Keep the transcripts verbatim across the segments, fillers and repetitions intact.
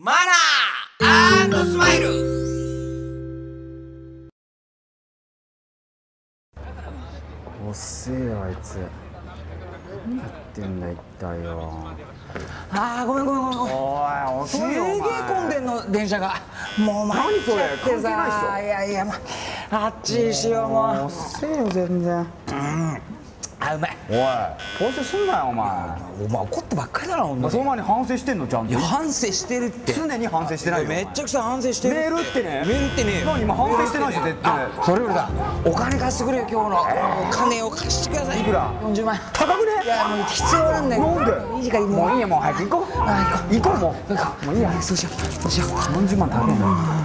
マナー&スマイル。 遅えよあいつ。何やってんだ一体よ。 あーごめんごめんごめんごめん。 おい遅いよお前。 すげえ混んでんの電車が。もう参っちゃってさ。いやいや、まあっちしようもう。 遅えよ全然。 あ、うまい。 おい反省すんなよお前。 お前怒ってばっかりだなほんとに。 その前に反省してんのちゃんと。 いや反省してるって。 常に反省してないよ。 めっちゃくちゃ反省してる。 メールってね。 メールってね。 何今反省してないし絶対。 それよりだ、お金貸してくれよ今日の。お金を貸してください。 いくら？ よんじゅうまん。 高くね？ いやもう必要なんだよ。 なんで？ いい時間もういいやもう早く行こう。 あ行こう。 行こうもう。 行こう。 もういいや。 そうしよう。そうしよう。 よんじゅうまん高いな。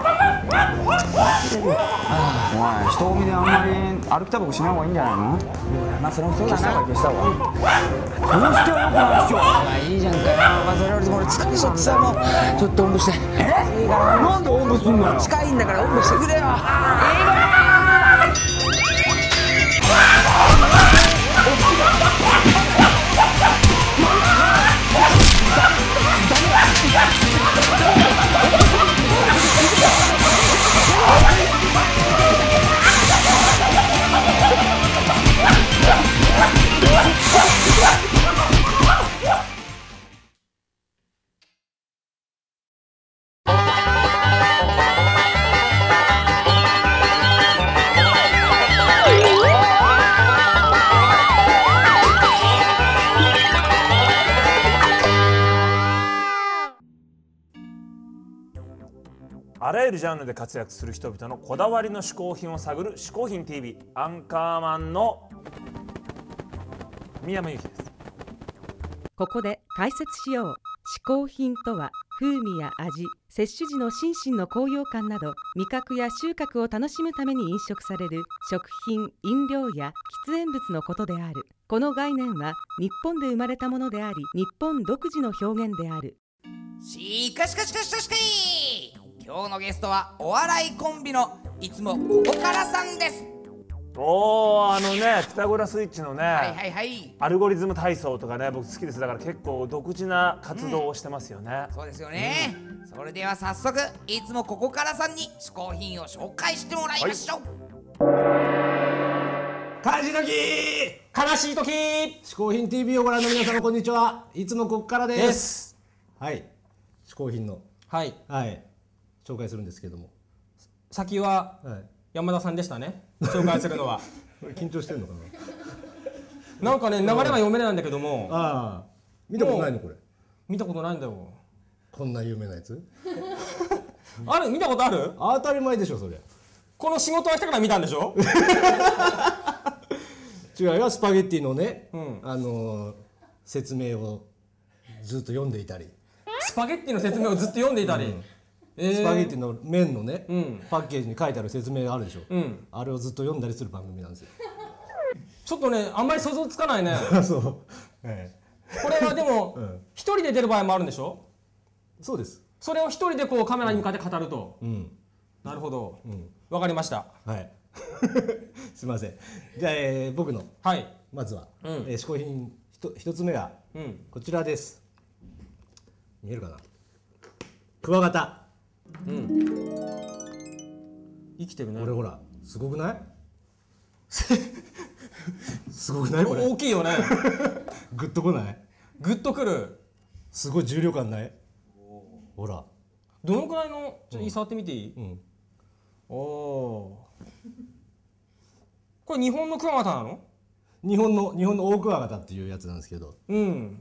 おい人混みであんまり歩きタバコしない方がいいんじゃないの？ まあそれもそうだな。 消した方がいい。どうしてはよくないでしょ。 まあいいじゃんかよ。まあそれよりも俺疲れちゃってさ、もうちょっとおんぶして。 え？なんでおんぶすんのよ。 近いんだからおんぶしてくれよ。 あらゆるジャンルで活躍する人々のこだわりの嗜好品を探る嗜好品 ティーブイ アンカーマンの宮山由紀です。 ここで解説しよう。嗜好品とは風味や味、摂取時の心身の高揚感など味覚や収穫を楽しむために飲食される食品、飲料や喫煙物のことである。この概念は日本で生まれたものであり、日本独自の表現である。 しかしかしかしかしかし今日のゲストはお笑いコンビのいつもここからさんです。 おー、あのねピタゴラスイッチのね、 はいはいはい、 アルゴリズム体操とかね僕好きです。だから結構独自な活動をしてますよね、 うん、そうですよね、うん、それでは早速いつもここからさんに嗜好品を紹介してもらいましょう。 悲しい時悲しい時嗜好品 ティーブイ をご覧の皆様こんにちは。いつもここからです。です。はい、嗜好品のはいはい紹介するんですけども、 先は山田さんでしたね、紹介するのは緊張してるのかななんかね流れが読めないんだけども、 ああ見たことないのこれ。 見たことないんだよ。 こんな有名なやつある見たことある？ 当たり前でしょそれ。 この仕事はしたから見たんでしょ違うよ、スパゲッティのね、 うん、 あのー、説明をずっと読んでいたり、 スパゲッティの説明をずっと読んでいたり、うんえー、 スパゲッティの麺のね、 うん、 パッケージに書いてある説明があるでしょ、 うん、 あれをずっと読んだりする番組なんですよ。 ちょっとねあんまり想像つかないねそう、ええ、これはでも一、うん、人で出る場合もあるんでしょ。 そうです。 それを一人でこうカメラに向かって語ると、うん、なるほど、うん、分かりました。 はいすみません。じゃあ、えー、僕の、はい、まずは、うんえー、嗜好品一つ目が、うん、こちらです。見えるかな。クワガタ。うん。 生きてるね。 これほらすごくない？すごくないこれ？ 大きいよね。 グッとこない？ グッとくる。 すごい重量感ない？ほら。 どのくらいのちょっと触ってみていい？うん。おお。これ日本のクワガタなの？ 日本の日本のオオクワガタっていうやつなんですけど。うん。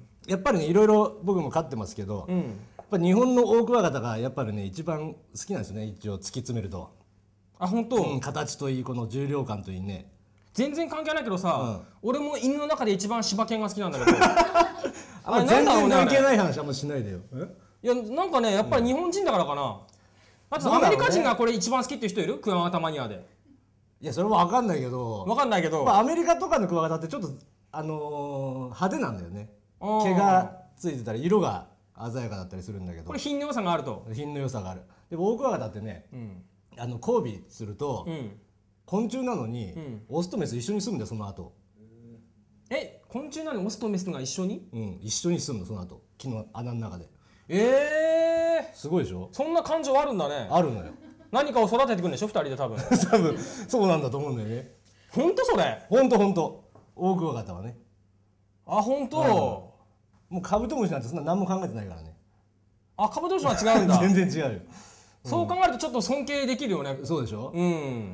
やっぱりねいろいろ僕も飼ってますけど。うん。やっぱ日本のオオクワガタがやっぱりね一番好きなんですよね。一応突き詰めると。 あ、本当？ うん、形といいこの重量感といいね。 全然関係ないけどさ、うん、俺も犬の中で一番柴犬が好きなんだけど。 あ、全然関係ない話あんましないでよ。 いやなんかねやっぱり日本人だからかな。あとアメリカ人がこれ一番好きっていう人いる？クワガタマニアで。 いやそれは分かんないけど。 分かんないけど。 まあアメリカとかのクワガタってちょっとあのー、派手なんだよね。毛がついてたり色が鮮やかだったりするんだけど。 これ品の良さがあると。 品の良さがある。でもオオクワガタってね、うん、あの交尾すると、うん、昆虫なのに、うん、オスとメス一緒に住むんだよその後。 え、昆虫なのにオスとメスが一緒に？ うん、一緒に住むのその後木の穴の中で。 えすごいでしょ。 そんな感情あるんだね。 あるのよ。 何かを育ててくるんでしょ、ふたりで多分。 多分そうなんだと思うんだよね。 ほんとそれ。 ほんとほんと。大クワガタはね。 あ、ほんと。 もうカブトムシなんてそんな何も考えてないからね。 あ、カブトムシは違うんだ。 全然違うよ。 そう考えるとちょっと尊敬できるよね。 そうでしょ。 うん。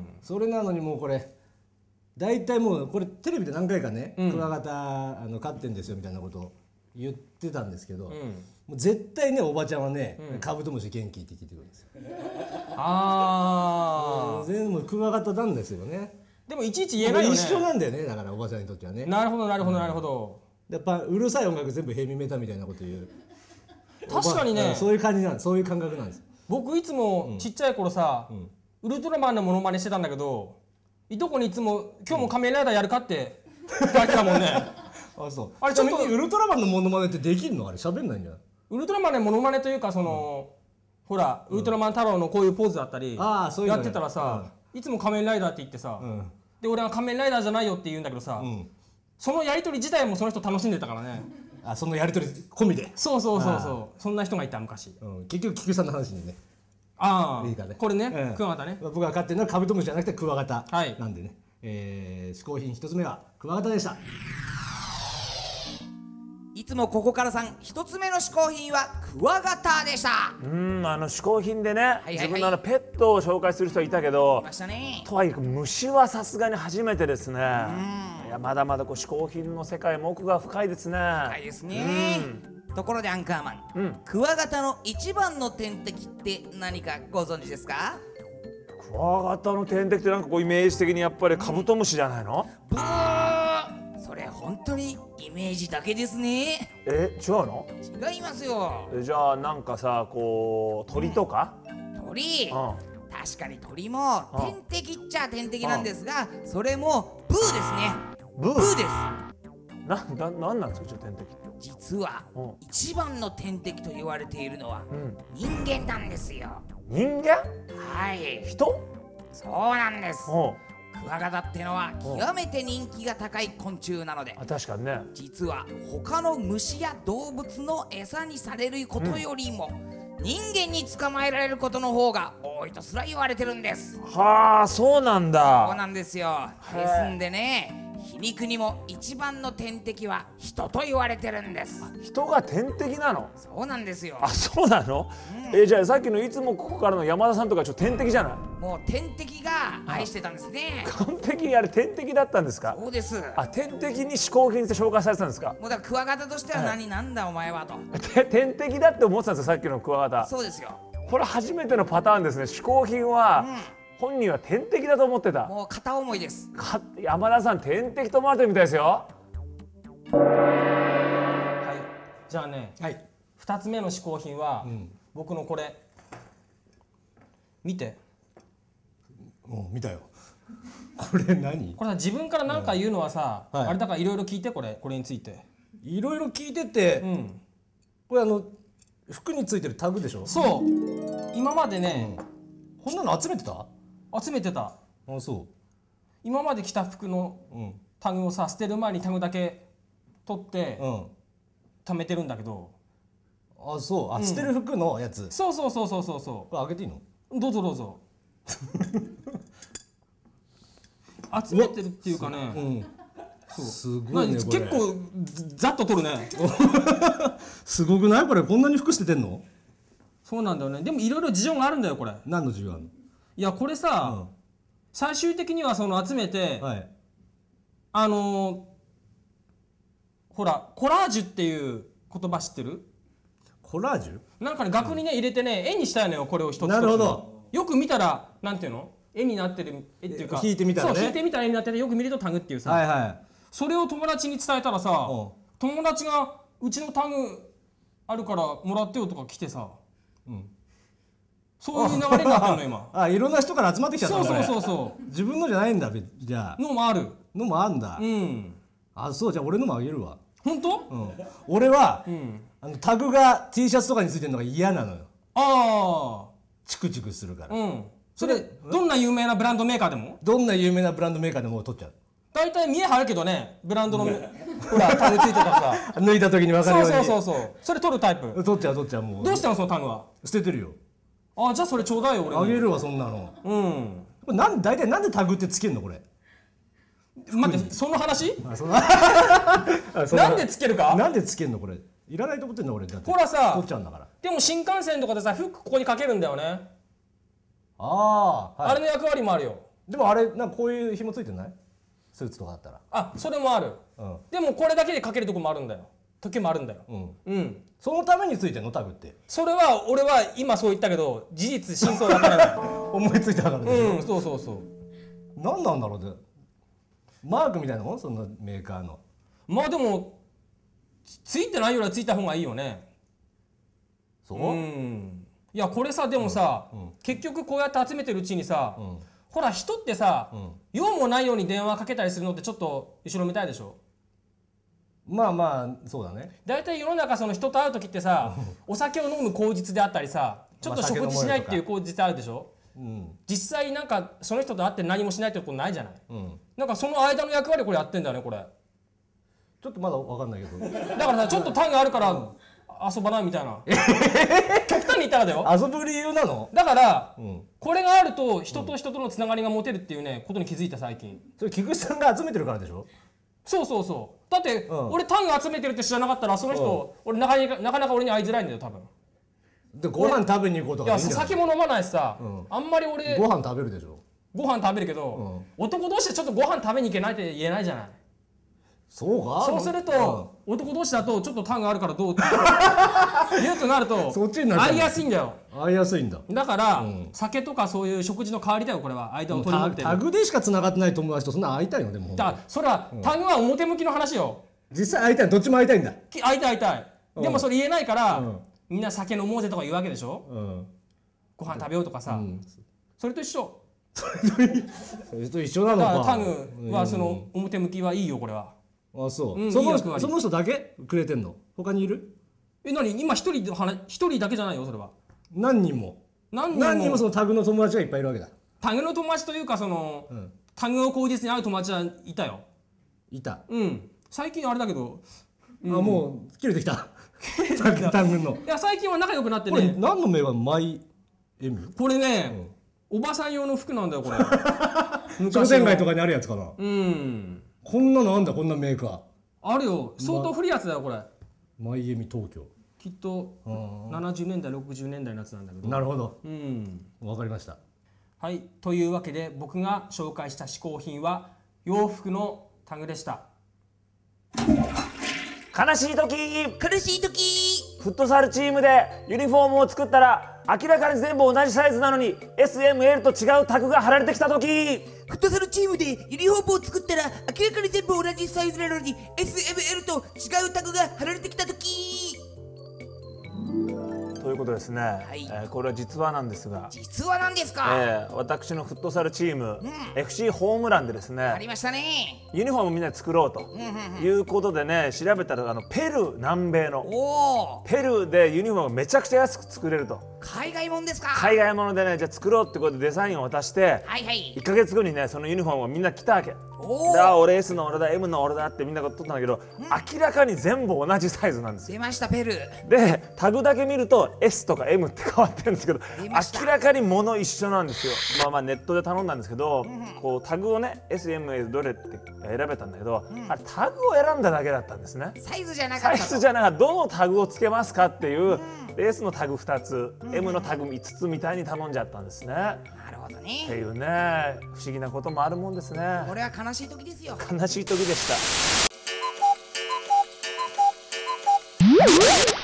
それなのにもうこれ大体もうこれテレビで何回かね、 うん、 クワガタあの飼ってんですよみたいなことを言ってたんですけど、 うん、 もう絶対ねおばちゃんはね、うん、カブトムシ元気って聞いてくるんですよ。 ああ。 全部クワガタなんですよね。 でもいちいち言えないよね。 一緒なんだよね、だからおばちゃんにとってはね。 なるほどなるほどなるほど。 やっぱうるさい音楽全部ヘビメタみたいなこと言う。 確かにね。 そういう感じなんです。そういう感覚なんです。 僕いつもちっちゃい頃さ、うん、ウルトラマンのモノマネしてたんだけど、いとこにいつも今日も仮面ライダーやるかって言われてたもんね。 あ、そう。あれちょっとウルトラマンのモノマネってできるの？あれ喋んないんじゃない？ ウルトラマンのモノマネというかその、うん、ほら、うん、ウルトラマン太郎のこういうポーズだったり、ああ、そういうのやってたらさ、うん、いつも仮面ライダーって言ってさ、うん、で俺は仮面ライダーじゃないよって言うんだけどさ、うん、そのやり取り自体もその人楽しんでたからね。 あ、そのやり取り込みで。 そうそうそうそう。そんな人がいた昔。 うん、結局菊さんの話にね。 ああ、 いいかね。 これね、うん、クワガタね。 僕が飼ってるのはカブトムシじゃなくてクワガタなんでね。はい、えー、嗜好品一つ目はクワガタでした。 いつもここからさん一つ目の嗜好品はクワガタでした。 うん、あの嗜好品でね、はいはいはい、自分のあのペットを紹介する人いたけど、 いましたね、 とはいえ虫はさすがに初めてですね。いや、まだまだこう嗜好品の世界も奥が深いですね。 深いですね。ところでアンカーマン、うん、クワガタの一番の天敵って何かご存知ですか？ クワガタの天敵ってなんかこうイメージ的にやっぱりカブトムシじゃないの？ ブー、それ本当にイメージだけですね。 え、違うの？ 違いますよ。 え、じゃあなんかさ、こう鳥とか？ 鳥、うん、確かに鳥も天敵っちゃ天敵なんですが、それもブーですね。 ブー？ ブーです。 な、な、なんなんですか、天敵って。 実は一番の天敵と言われているのは人間なんですよ。 人間？ はい。 人？ そうなんです。クワガタってのは極めて人気が高い昆虫なので、 あ、確かにね。 実は他の虫や動物の餌にされることよりも、うん、人間に捕まえられることの方が多いとすら言われてるんです。 はあ、そうなんだ。 そうなんですよ。ですんでね、皮肉にも一番の天敵は人と言われてるんです。 人が天敵なの？ そうなんですよ。 あ、そうなの？うん、え、じゃあさっきのいつもここからの山田さんとかちょっと天敵じゃない？ もう天敵が愛してたんですね。 完璧にあれ天敵だったんですか？ そうです。 あ、天敵に嗜好品って紹介されてたんですか？ もうだからクワガタとしては何、はい、なんだお前はと。 天敵だって思ってたんですよ、さっきのクワガタ。 そうですよ。 これ初めてのパターンですね。嗜好品は、うん、本人は天敵だと思ってた。 もう片思いです。 か、山田さん天敵と思われてるみたいですよ。 はい、じゃあね、 はい、 ふたつめの嗜好品は、うん、僕のこれ見て。 もう見たよ。これ何？ これさ、自分から何か言うのはさ、はい、あれだからいろいろ聞いて、これこれについていろいろ聞いてて、うん、これあの服についてるタグでしょ？ そう、今までね、 うん、こんなの集めてた？ 集めてた。 あ、そう。 今まで着た服のタグをさ、捨てる前にタグだけ取って、うん、貯めてるんだけど。 あ、そう。あ、うん、捨てる服のやつ。 そうそうそうそうそうそう。 これ開けていいの？ どうぞどうぞ。集めてるっていうかね。うん、 そう。すごいね、これ。 結構ざっと取るね。 すごくない？これこんなに服捨ててんの？ そうなんだよね。でもいろいろ事情があるんだよ、これ。 何の事情あるの？ いや、これさ、うん、最終的にはその集めて、はい、あのー、ほらコラージュっていう言葉知ってる？ コラージュ？ なんかね、額にね、うん、入れてね、絵にしたいのよ、これを一つ一つ。 なるほど。 よく見たらなんていうの？絵になってる絵っていうか、 引いてみたらね。 そう、引いてみたら絵になってて、よく見るとタグっていうさ、 はいはい、それを友達に伝えたらさ、友達がうちのタグあるからもらってよとか来てさ、うん、そういう流れになってるの今。 あ、いろんな人から集まってきちゃったんだ。 そうそうそうそう。 自分のじゃないんだ、じゃあ。 のもある。 のもあんだ。 うん。 あ、そう、じゃあ俺のもあげるわ。 本当？ うん。俺は、うん、あのタグが T シャツとかについてるのが嫌なのよ。 ああ。 チクチクするから。 うん。それどんな有名なブランドメーカーでも？ どんな有名なブランドメーカーでも取っちゃう。 大体見え張るけどね、ブランドのほらタグついてたらさ抜いた時に分かるように。 そうそうそうそう、それ取るタイプ。 取っちゃう取っちゃう。もうどうしたのそのタグは。 捨ててるよ。 あ、じゃあそれちょうだいよ俺に。 あげるわそんなの。 うん。 これなん大体なんでタグってつけんのこれ。 待って、その話？ あそんななんでつけるか？ なんでつけんのこれ。いらないと思ってんの俺だって。 ほらさ、 取っちゃうんだから。 でも新幹線とかでさ、フックここにかけるんだよね。 ああ、 あれの役割もあるよ。 でもあれなんかこういう紐ついてない？スーツとかだったら。 あ、それもある。でもこれだけでかけるとこもあるんだよ。時もあるんだよ。うん。 そのためについてんのタグって。 それは俺は今そう言ったけど事実真相わからない。 思いついたからでしょ。 うん、そうそうそう。 何なんだろうね。マークみたいなもんそのメーカーの。 まあでもついてないよりはついた方がいいよね。 そう？ うん。いやこれさでもさ、結局こうやって集めてるうちにさ、ほら人ってさ、用もないように電話かけたりするのってちょっと後ろめたいでしょ。 まあまあそうだね。 だいたい世の中その人と会う時ってさ、お酒を飲む口実であったりさ、ちょっと食事しないっていう口実あるでしょ。実際なんかその人と会って何もしないってことないじゃない。なんかその間の役割これやってんだよねこれ。 ちょっとまだわかんないけど。 だからさちょっとタンがあるから遊ばないみたいな。極端に言ったらだよ。 遊ぶ理由なの？ だからこれがあると人と人とのつながりが持てるっていうねことに気づいた最近。 それ菊池さんが集めてるからでしょ？ そうそうそう。だって俺タンが集めてるって知らなかったらその人俺なかなかなかなか俺に会いづらいんだよ多分。 でご飯食べに行こうとかいいんじゃない？ いや酒も飲まないしさ、あんまり俺ご飯食べるでしょ。 ご飯食べるけど、男同士でちょっとご飯食べに行けないって言えないじゃない。 そうか？ そうすると男同士だとちょっとタンがあるからどうって言うとなると会いやすいんだよ。 会いやすいんだ。 だから酒とかそういう食事の代わりだよこれは。間を取り持ってるタグでしか繋がってない友達とそんな会いたいのでも。 だからそれはタグは表向きの話よ。 実際会いたい、どっちも会いたいんだ。 会いたい会いたい。でもそれ言えないからみんな酒飲もうぜとか言うわけでしょ。ご飯食べようとかさ、それと一緒。 それと一緒なのか。 だからタグはその表向きはいいよこれは。 あ、そう。そのその人だけくれてんの？他にいる？ え、何？今一人で一人だけじゃないよそれは。 何人も。何人も。何人もそのタグの友達がいっぱいいるわけだ。 タグの友達というかそのタグを口実に会う友達はいたよ。 いた。 うん。最近あれだけど。 あ、もう切れてきた。タグの。 いや最近は仲良くなってね。 これ何の銘柄？マイエム？ これね、おばさん用の服なんだよこれ。 商店街とかにあるやつかな。 うん。 こんなのあんだこんなメーカー。 あるよ。相当古いやつだよこれ。 マイエミ東京。 きっとななじゅうねんだいろくじゅうねんだいのやつなんだけど。 なるほど。 うん。 わかりました。 はい。というわけで僕が紹介した嗜好品は洋服のタグでした。 悲しい時苦しい時フットサルチームでユニフォームを作ったら明らかに全部同じサイズなのに エスエムエル と違うタグが貼られてきた時フットサルチームでユニフォームを作ったら明らかに全部同じサイズなのに エスエムエル と違うタグが貼られてきた時ということですね、 はいえー、これは実話なんですが実話なんですか、 えー、私のフットサルチーム、うん、エフシー ホームランでですねありましたねユニフォームみんなで作ろうということでね調べたらあのペルー南米のペルーでユニフォームがめちゃくちゃ安く作れると海外もんですか海外ものでねじゃあ作ろうってことでデザインを渡して、 はいはい、 いっかげつごにねそのユニフォームをみんな着たわけであ俺 エス の俺だ エム の俺だってみんなが撮ったんだけど、うん、明らかに全部同じサイズなんですよ。 出ましたペルーでタグだけ見ると エス とか エム って変わってるんですけど明らかに物一緒なんですよ。まあまあネットで頼んだんですけど、うん、こうタグをね エスエムエル どれって選べたんだけど、うん、あれタグを選んだだけだったんですね。 サイズじゃなかったサイズじゃなかったどのタグをつけますかっていう、うん、エス のタグふたつ、うん、エム のタグみっつみたいに頼んじゃったんですね。 なるほどね。 っていうね不思議なこともあるもんですね。 これは悲しい時ですよ。 悲しい時でした。